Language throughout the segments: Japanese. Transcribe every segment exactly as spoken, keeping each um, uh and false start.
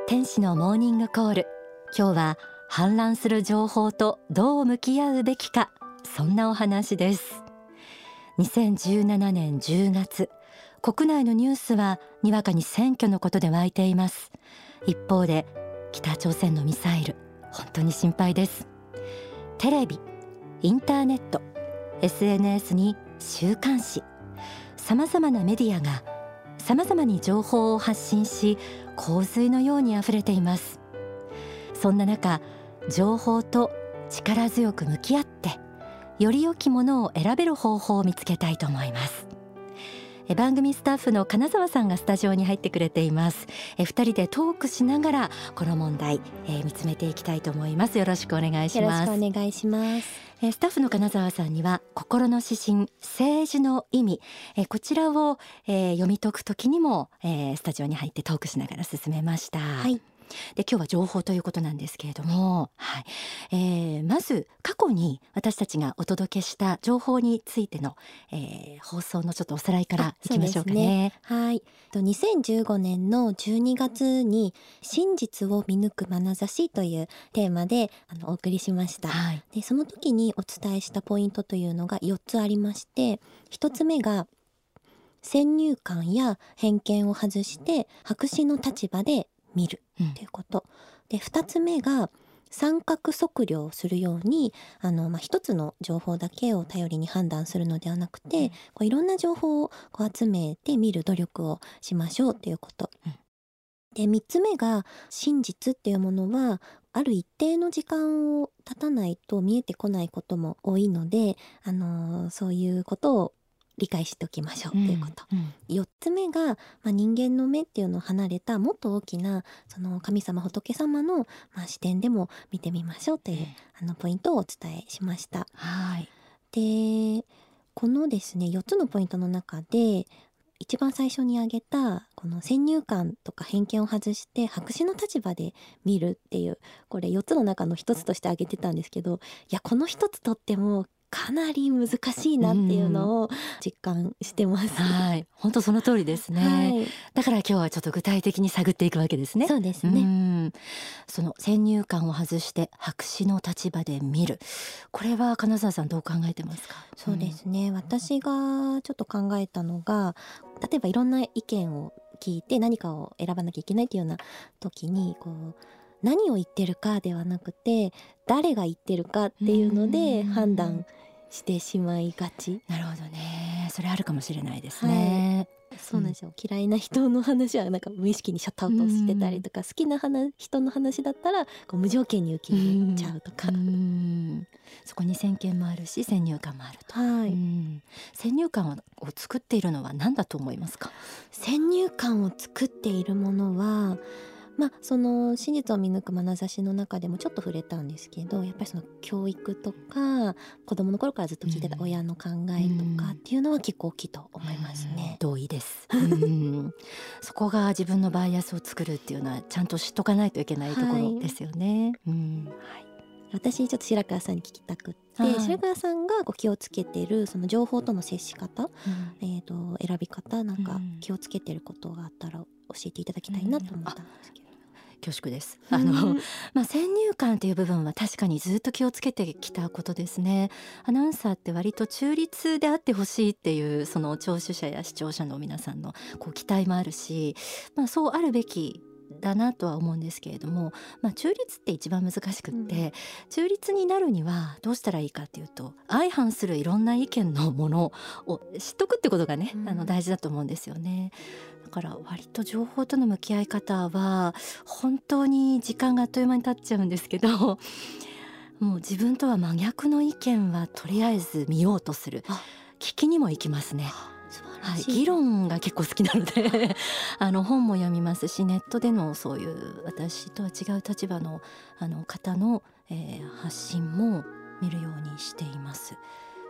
天使のモーニングコール。今日は氾濫する情報とどう向き合うべきか、そんなお話です。にせんじゅうななねんじゅうがつ、国内のニュースはにわかに選挙のことで湧いています。一方で北朝鮮のミサイル、本当に心配です。テレビ、インターネット、エスエヌエス に週刊誌、さまざまなメディアがさまざまに情報を発信し、洪水のようにあふれています。そんな中、情報と力強く向き合ってより良きものを選べる方法を見つけたいと思います。え番組スタッフの金沢さんがスタジオに入ってくれています。え二人でトークしながらこの問題、え見つめていきたいと思います。よろしくお願いします。 よろしくお願いします。 えスタッフの金沢さんには心の指針、政治の意味、えこちらを、え読み解くときにも、えスタジオに入ってトークしながら進めました。 はい。 で今日は情報ということなんですけれども、はいえー、まず過去に私たちがお届けした情報についての、えー、放送のちょっとおさらいからいきましょうかね。 はい。にせんじゅうごねんのじゅうにがつに真実を見抜く眼差しというテーマであのお送りしました。 はい、 でその時にお伝えしたポイントというのがよっつありまして、ひとつめが先入観や偏見を外して白紙の立場で見るということ、うん、でふたつめが三角測量をするようにあの、まあ、一つの情報だけを頼りに判断するのではなくて、うん、こういろんな情報をこう集めて見る努力をしましょうということ、うん、でみっつめが真実っていうものはある一定の時間を経たないと見えてこないことも多いので、あのー、そういうことを理解しておきましょうということ、うんうん、よっつめが、まあ、人間の目っていうのを離れたもっと大きなその神様仏様の、まあ、視点でも見てみましょうという、うん、あのポイントをお伝えしました。 はい。 でこのですねよっつのポイントの中で一番最初に挙げたこの先入観とか偏見を外して白紙の立場で見るっていう、これよっつの中のひとつとして挙げてたんですけど、いやこのひとつとってもかなり難しいなっていうのを実感してます。 はい、本当その通りですね、はい、だから今日はちょっと具体的に探っていくわけですね。 そうですね。 うんその先入観を外して白紙の立場で見る、これは金沢さんどう考えてますか？ そうですね、うん、私がちょっと考えたのが、例えばいろんな意見を聞いて何かを選ばなきゃいけないっていうような時にこう何を言ってるかではなくて誰が言ってるかっていうので判断してしまいがち。 なるほどね、それあるかもしれないですね、 はい、そうなんですよ、うん、嫌いな人の話はなんか無意識にシャットアウトしてたりとか、好きな話人の話だったらこう無条件に受け入れちゃうとか、 うんうんそこに先見もあるし先入観もあると、 はい、 うん先入観を作っているのは何だと思いますか？ 先入観を作っているものはまあ、その真実を見抜く眼差しの中でもちょっと触れたんですけど、やっぱりその教育とか子供の頃からずっと聞いてた親の考えとかっていうのは結構大きいと思いますね。 同意ですうんそこが自分のバイアスを作るっていうのはちゃんと知っとかないといけないところですよね、はいうんはい、 私ちょっと白川さんに聞きたくって、はい、白川さんがこう気をつけてるその情報との接し方、うんえー、と選び方なんか気をつけてることがあったら教えていただきたいなと思ったんですけど、うん恐縮です。あの、まあ、先入観という部分は確かにずっと気をつけてきたことですね。アナウンサーって割と中立であってほしいっていうその聴取者や視聴者の皆さんのこう期待もあるし、まあ、そうあるべきだなとは思うんですけれども、まあ、中立って一番難しくって、うん、中立になるにはどうしたらいいかっていうと相反するいろんな意見のものを知っとくってことがね、うん、あの大事だと思うんですよね。だから割と情報との向き合い方は本当に時間があっという間に経っちゃうんですけどもう自分とは真逆の意見はとりあえず見ようとする、聞きにも行きますね。はい、議論が結構好きなのであの本も読みますし、ネットでのそういう私とは違う立場の、あの方の、えー、発信も見るようにしています。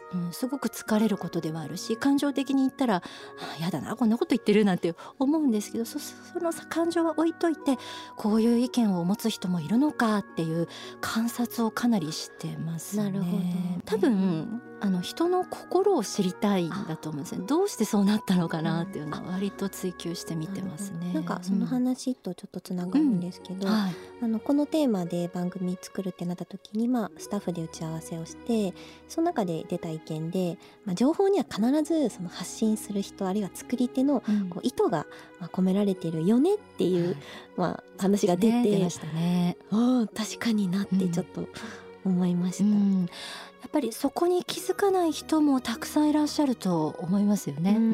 うん、すごく疲れることではあるし、感情的に言ったらあやだなこんなこと言ってるなんて思うんですけど、そ, その感情は置いといて、こういう意見を持つ人もいるのかっていう観察をかなりしてますね。 なるほど。 多分あの人の心を知りたいんだと思うんですね。どうしてそうなったのかなっていうのは割と追求して見てますね。 なんかその話とちょっとつながるんですけど、うんはい、あのこのテーマで番組作るってなった時に、まあ、スタッフで打ち合わせをして、その中で出た意見で、まあ、情報には必ずその発信する人あるいは作り手のこう意図がまあ込められているよねっていう、うんまあ、話が出て、 ね、出ましたね。 あ確かになってちょっと思いました、うんうんやっぱりそこに気づかない人もたくさんいらっしゃると思いますよね、うんうん、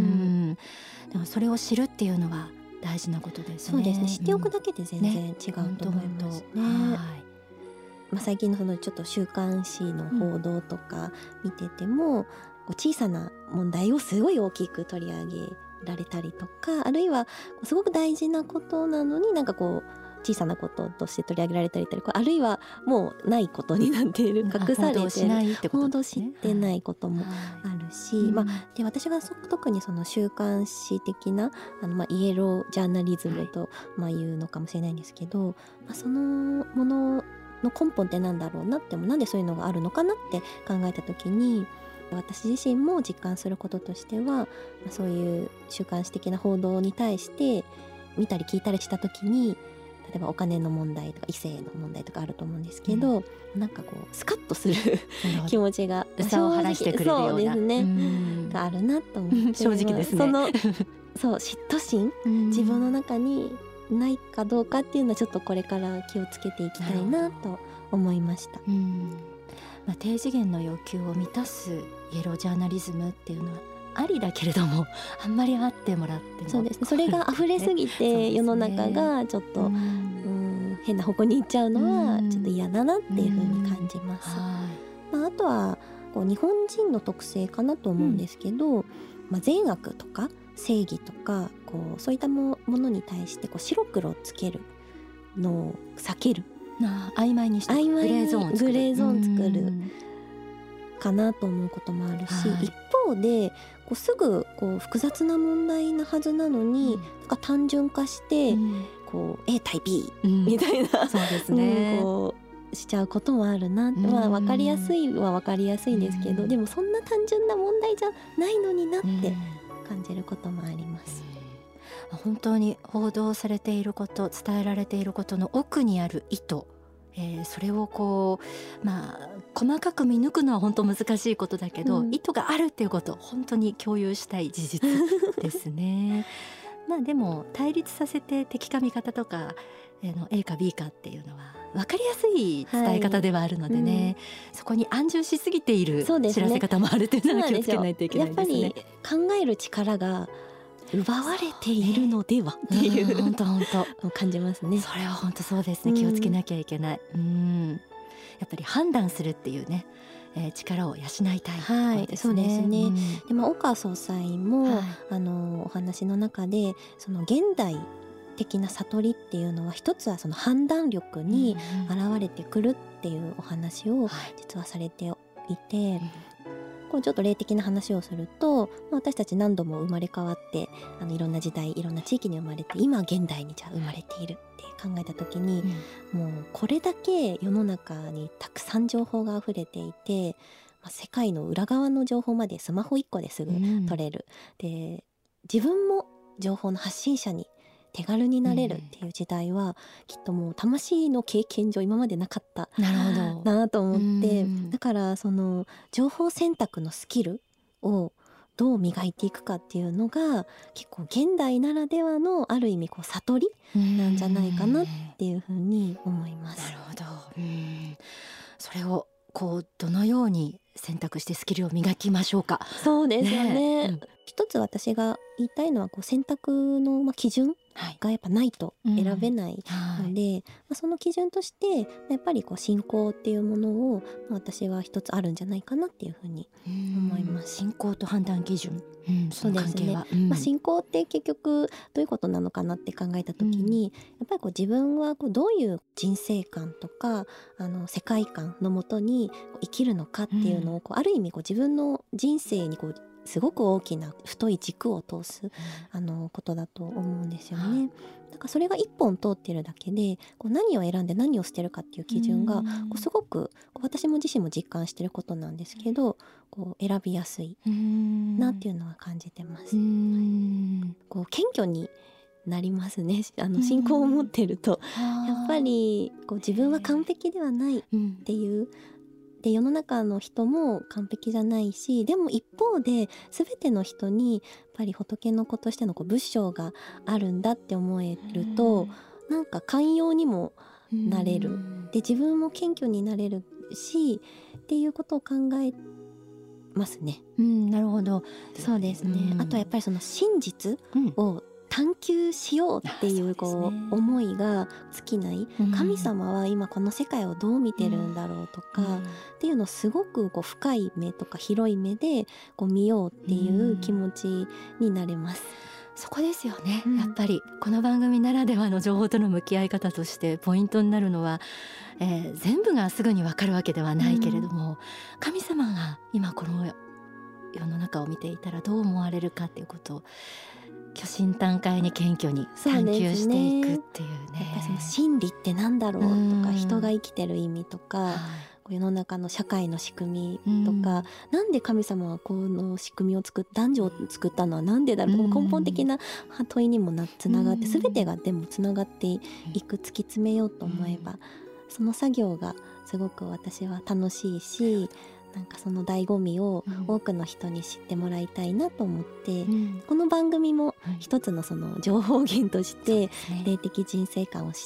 でもそれを知るっていうのは大事なことですね。 そうですね、知っておくだけで全然違うと思いますね、ねはいまあ、最近のそのちょっと週刊誌の報道とか見てても、うん、小さな問題をすごい大きく取り上げられたりとか、あるいはすごく大事なことなのになんかこう小さなこととして取り上げられたりとか、あるいはもうないことになっている、隠されている、報道しないってことですね、報道してないこともあるし、はいまあ、で私が特にその週刊誌的なあの、まあ、イエロージャーナリズムと、まあ、言うのかもしれないんですけど、まあ、そのものの根本ってなんだろうなっても、なんでそういうのがあるのかなって考えた時に、私自身も実感することとしては、まあ、そういう週刊誌的な報道に対して見たり聞いたりした時に、例えばお金の問題とか異性の問題とかあると思うんですけど、うん、なんかこうスカッとする気持ちがうさを晴らしてくれるような、 そうですね、があるなと思って正直ですね。 そのそう嫉妬心、自分の中にないかどうかっていうのはちょっとこれから気をつけていきたいなと思いました。 うんまあ、低次元の要求を満たすイエロージャーナリズムっていうのはありだけれども、あんまりあってもらってもそうですね、それが溢れすぎて世の中がちょっと、うん、うん変な方向に行っちゃうのはちょっと嫌だなっていうふうに感じます。まあ、あとはこう日本人の特性かなと思うんですけど、うんまあ、善悪とか正義とかこうそういったものに対してこう白黒つけるのを避ける、 あ曖昧にして曖昧にグレーゾーン作るグレーゾーン作るかなと思うこともあるし、はい、一方でこうすぐこう複雑な問題なはずなのに、うん、なんか単純化して、うん、こう A 対 B みたいな、うん、 そうですね、 うん、こうしちゃうこともあるな、うんまあ、分かりやすいは分かりやすいんですけど、うん、でもそんな単純な問題じゃないのになって感じることもあります、 うん、本当に報道されていること、伝えられていることの奥にある意図、えー、それをこう、まあ、細かく見抜くのは本当難しいことだけど、うん、意図があるっていうことを本当に共有したい事実ですねまあでも対立させて敵か味方とか、えー、の A か B かっていうのは分かりやすい伝え方ではあるのでね、はいうん、そこに暗示しすぎている知らせ方もあるというのは気をつけないといけないですね。 やっぱり考える力が奪われているのではっていう、 本当本当感じますね。 それは本当そうですね、気をつけなきゃいけない、うん、やっぱり判断するっていうね、えー、力を養いたい、 はい、そうですね、うん、でも岡総裁も、はい、あのお話の中でその現代的な悟りっていうのは一つはその判断力に現れてくるっていうお話を実はされていて、うんこうちょっと霊的な話をすると、私たち何度も生まれ変わってあのいろんな時代いろんな地域に生まれて今現代にじゃあ生まれているって考えた時に、うん、もうこれだけ世の中にたくさん情報があふれていて、まあ、世界の裏側の情報までスマホいっこですぐ取れる、うん、で自分も情報の発信者に手軽になれるっていう時代は、うん、きっともう魂の経験上今までなかったなと思って、だからその情報選択のスキルをどう磨いていくかっていうのが結構現代ならではのある意味こう悟りなんじゃないかなっていうふうに思います。 なるほど。うんそれをこうどのように選択してスキルを磨きましょうか。 そうですよね、 ね、うん、 一つ私が言いたいのはこう選択のまあ基準がやっぱないと選べないので、うんはい、まあ、その基準としてやっぱりこう信仰っていうものを、まあ、私は一つあるんじゃないかなっていうふうに思います。 信仰と判断基準、うん、その関係は、 そうですね、うん、まあ、信仰って結局どういうことなのかなって考えた時に、うん、やっぱりこう自分はこうどういう人生観とかあの世界観のもとに生きるのかっていうのをこうある意味こう自分の人生にこうすごく大きな太い軸を通す、うん、あのことだと思うんですよね。だからそれが一本通ってるだけでこう何を選んで何を捨てるかっていう基準がこうすごくこう私も自身も実感してることなんですけど、こう選びやすいなっていうのは感じてます。こう謙虚になりますね。あの信仰を持ってるとやっぱりこう自分は完璧ではないっていう、で世の中の人も完璧じゃないし、でも一方で全ての人にやっぱり仏の子としてのこう仏性があるんだって思えると、なんか寛容にもなれる、で自分も謙虚になれるしっていうことを考えますね。 うん、なるほど。 そうですね。あとやっぱりその真実を探求しようっていうこう思いが尽きない、神様は今この世界をどう見てるんだろうとかっていうのをすごくこう深い目とか広い目でこう見ようっていう気持ちになれます。 そこですよね、うん、やっぱりこの番組ならではの情報との向き合い方としてポイントになるのは、えー、全部がすぐに分かるわけではないけれども、うん、神様が今この世の中を見ていたらどう思われるかっていうことを虚心坦懐に謙虚に探求していくっていうね。 やっぱりその真理ってなんだろうとか、うん、人が生きてる意味とか、はい、世の中の社会の仕組みとか、うん、なんで神様はこの仕組みを作っ男女を作ったのはなんでだろう、うん、根本的な問いにもなつながって、うん、全てがでもつながっていく、突き詰めようと思えば、うん、その作業がすごく私は楽しいし、なんかその醍醐味を多くの人に知ってもらいたいなと思って、うん、この番組も一つのその情報源として霊的人生観を知って、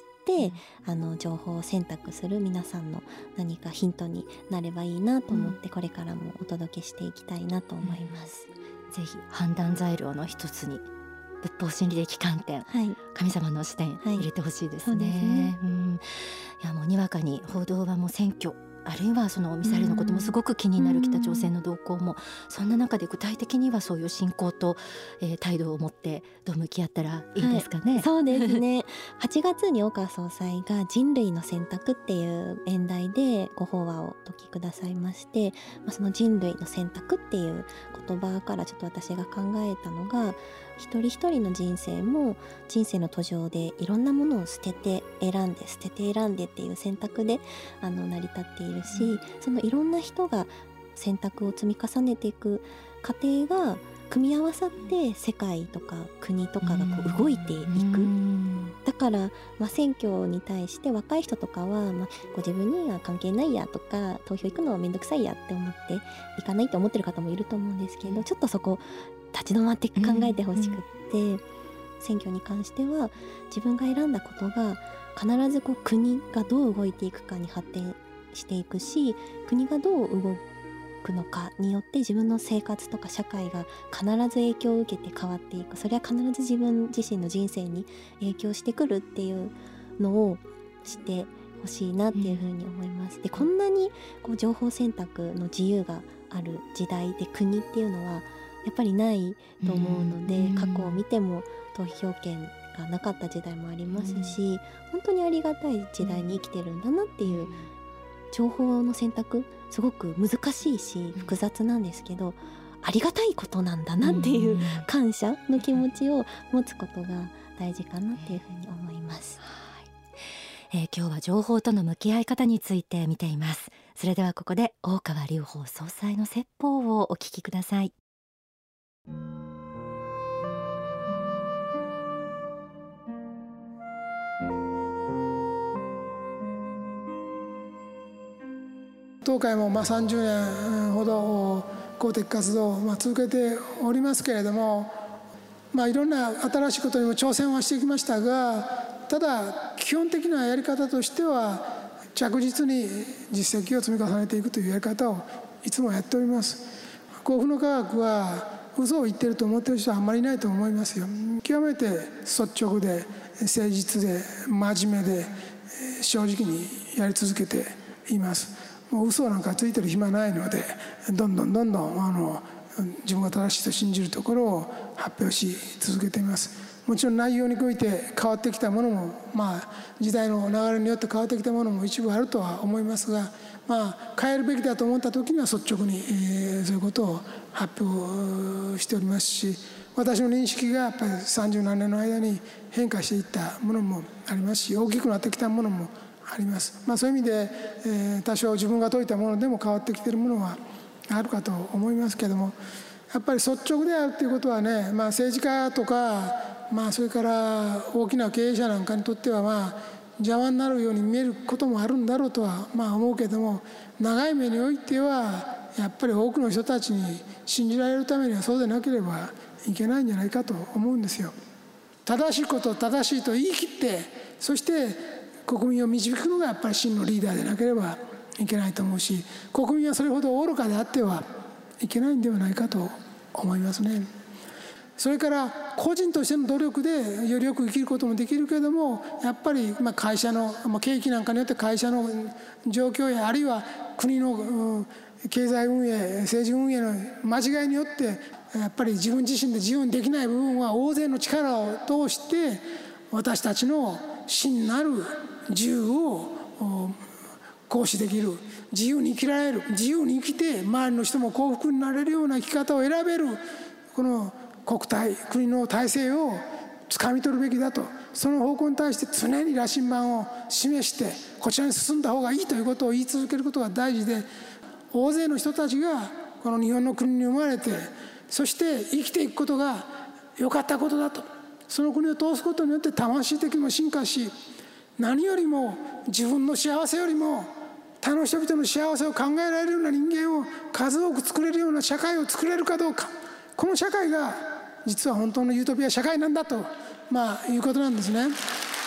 うん、あの情報を選択する皆さんの何かヒントになればいいなと思って、これからもお届けしていきたいなと思います。 うん、ぜひ判断材料の一つに仏法真理的観点、はい、神様の視点入れてほしいですね。はい、そうですね。うん、いやもうにわかに報道はもう選挙、あるいはそのミサイルのこともすごく気になる北朝鮮の動向も、そんな中で具体的にはそういう信仰と、えー、態度を持ってどう向き合ったらいいですかね。はい、 そうですねはちがつに岡総裁が人類の選択っていう演題でご法話をお説きくださいまして、まあ、その人類の選択っていう言葉からちょっと私が考えたのが、一人一人の人生も人生の途上でいろんなものを捨てて選んで捨てて選んでっていう選択であの成り立っているし、うん、そのいろんな人が選択を積み重ねていく過程が組み合わさって世界とか国とかがこう動いていく、うん、だから、まあ、選挙に対して若い人とかは、まあ、ご自分には関係ないやとか投票行くのはめんどくさいやって思って行かないと思ってる方もいると思うんですけど、ちょっとそこ立ち止まって考えてほしくって、うん、選挙に関しては自分が選んだことが必ずこう国がどう動いていくかに発展していくし、国がどう動くのかによって自分の生活とか社会が必ず影響を受けて変わっていく、それは必ず自分自身の人生に影響してくるっていうのをしてほしいなっていうふうに思います。で、こんなにこう情報選択の自由がある時代で国っていうのはやっぱりないと思うので、過去を見ても投票権がなかった時代もありますし、本当にありがたい時代に生きてるんだなっていう、情報の選択すごく難しいし複雑なんですけど、ありがたいことなんだなっていう感謝の気持ちを持つことが大事かなっていうふうに思います。 はい、えー、今日は情報との向き合い方について見ています。それではここで大川隆法総裁の説法をお聞きください。 当会もまあさんじゅうねんほど公的活動をまあ続けておりますけれども、まあ、いろんな新しいことにも挑戦はしてきましたが、ただ基本的なやり方としては着実に実績を積み重ねていくというやり方をいつもやっております。幸福の科学は嘘を言ってると思ってる人はあんまりいないと思いますよ。極めて率直で誠実で真面目で正直にやり続けています。もう嘘なんかついてる暇ないので、どんどんどんどんあの自分が正しいと信じるところを発表し続けています。もちろん内容において変わってきたものも、まあ、時代の流れによって変わってきたものも一部あるとは思いますが、まあ、変えるべきだと思った時には率直に、えー、そういうことを発表しておりますし、私の認識がやっぱり三十何年の間に変化していったものもありますし、大きくなってきたものもあります。まあ、そういう意味で、えー、多少自分が説いたものでも変わってきているものはあるかと思いますけれども、やっぱり率直であるということはね、まあ、政治家とか、まあ、それから大きな経営者なんかにとっては、まあ、邪魔になるように見えることもあるんだろうとはまあ思うけれども、長い目においてはやっぱり多くの人たちに信じられるためにはそうでなければいけないんじゃないかと思うんですよ。正しいことを正しいと言い切って、そして国民を導くのがやっぱり真のリーダーでなければいけないと思うし、国民はそれほど愚かであってはいけないんではないかと思いますね。それから個人としての努力でよりよく生きることもできるけれども、やっぱりまあ会社の、まあ、景気なんかによって会社の状況や、あるいは国の、うん、経済運営、政治運営の間違いによってやっぱり自分自身で自由にできない部分は大勢の力を通して私たちの真なる自由を行使できる、自由に生きられる、自由に生きて周りの人も幸福になれるような生き方を選べる、この国体、国の体制をつかみ取るべきだと、その方向に対して常に羅針盤を示してこちらに進んだ方がいいということを言い続けることが大事で、大勢の人たちがこの日本の国に生まれて、そして生きていくことが良かったことだと、その国を通すことによって魂的にも進化し、何よりも自分の幸せよりも他の人々の幸せを考えられるような人間を数多く作れるような社会を作れるかどうか、この社会が実は本当のユートピア社会なんだと、まあ、いうことなんですね。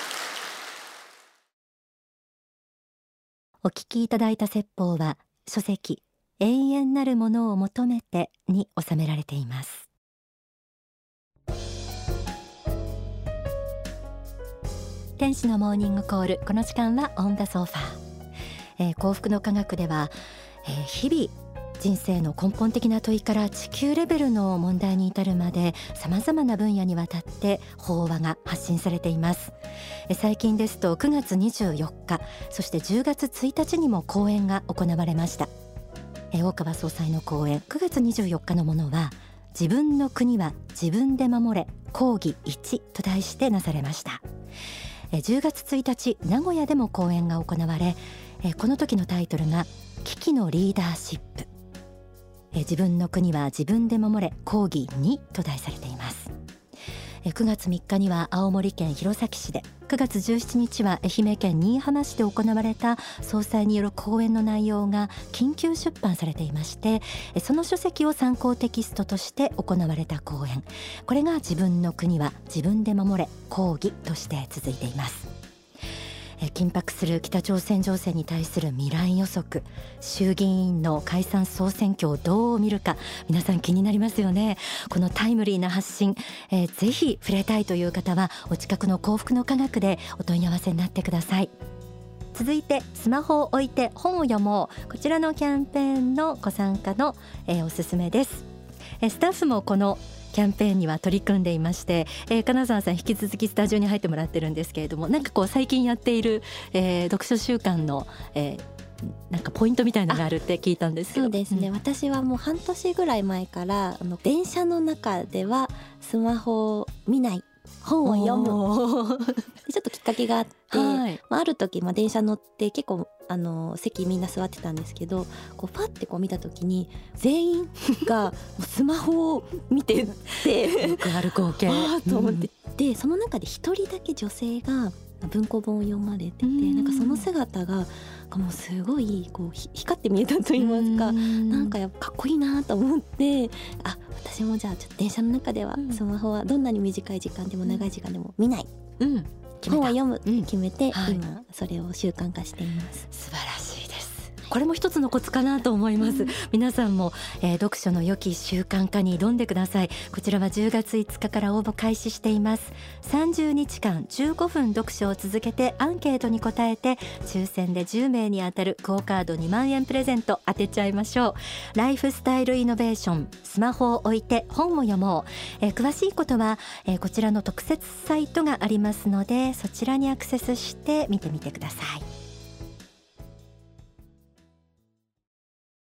お聞きいただいた説法は書籍永遠なるものを求めてに収められています。天使のモーニングコール、この時間はオンダソファー、えー、幸福の科学では、えー、日々人生の根本的な問いから地球レベルの問題に至るまでさまざまな分野にわたって法話が発信されています。最近ですとくがつにじゅうよっか、そしてじゅうがつついたちにも講演が行われました。大川総裁の講演、くがつにじゅうよっかのものは自分の国は自分で守れ講義いちと題してなされました。じゅうがつついたち名古屋でも講演が行われ、この時のタイトルが危機のリーダーシップ、自分の国は自分で守れ講義にと題されています。くがつみっかには青森県弘前市で、くがつじゅうしちにちは愛媛県新居浜市で行われた総裁による講演の内容が緊急出版されていまして、その書籍を参考テキストとして行われた講演、これが自分の国は自分で守れ講義として続いています。緊迫する北朝鮮情勢に対する未来予測、衆議院の解散総選挙をどう見るか、皆さん気になりますよね。このタイムリーな発信、えー、ぜひ触れたいという方はお近くの幸福の科学でお問い合わせになってください。続いてスマホを置いて本を読もう、こちらのキャンペーンのご参加の、えー、おすすめです。えー、スタッフもこのキャンペーンには取り組んでいまして、えー、金沢さん引き続きスタジオに入ってもらってるんですけれども、なんかこう最近やっている、えー、読書習慣の、えー、なんかポイントみたいなのがあるって聞いたんですけど。 そうですね、うん、私はもう半年ぐらい前からあの電車の中ではスマホを見ない、本を読むちょっときっかけがあって、はいまあ、ある時、まあ、電車乗って結構あの席みんな座ってたんですけど、こうパッてこう見た時に全員がスマホを見ててよくある光景わーと思って、うん、でその中で一人だけ女性が文庫本を読まれてて、なんかその姿がもうすごいこう光って見えたと言いますか、なんかやっぱかっこいいなと思って、あ、私もじゃあちょっと電車の中ではスマホはどんなに短い時間でも長い時間でも見ない、うん、本は読むって決めて、うんはい、今それを習慣化しています。 素晴らしいです。 これも一つのコツかなと思います、うん、皆さんも、えー、読書の良き習慣化に挑んでください。こちらはじゅうがついつかから応募開始しています。さんじゅうにちかんじゅうごふん読書を続けてアンケートに答えて抽選でじゅうめいに当たるクオカードにまんえんプレゼント当てちゃいましょう。ライフスタイルイノベーション、スマホを置いて本を読もう、えー、詳しいことは、えー、こちらの特設サイトがありますので、そちらにアクセスして見てみてください。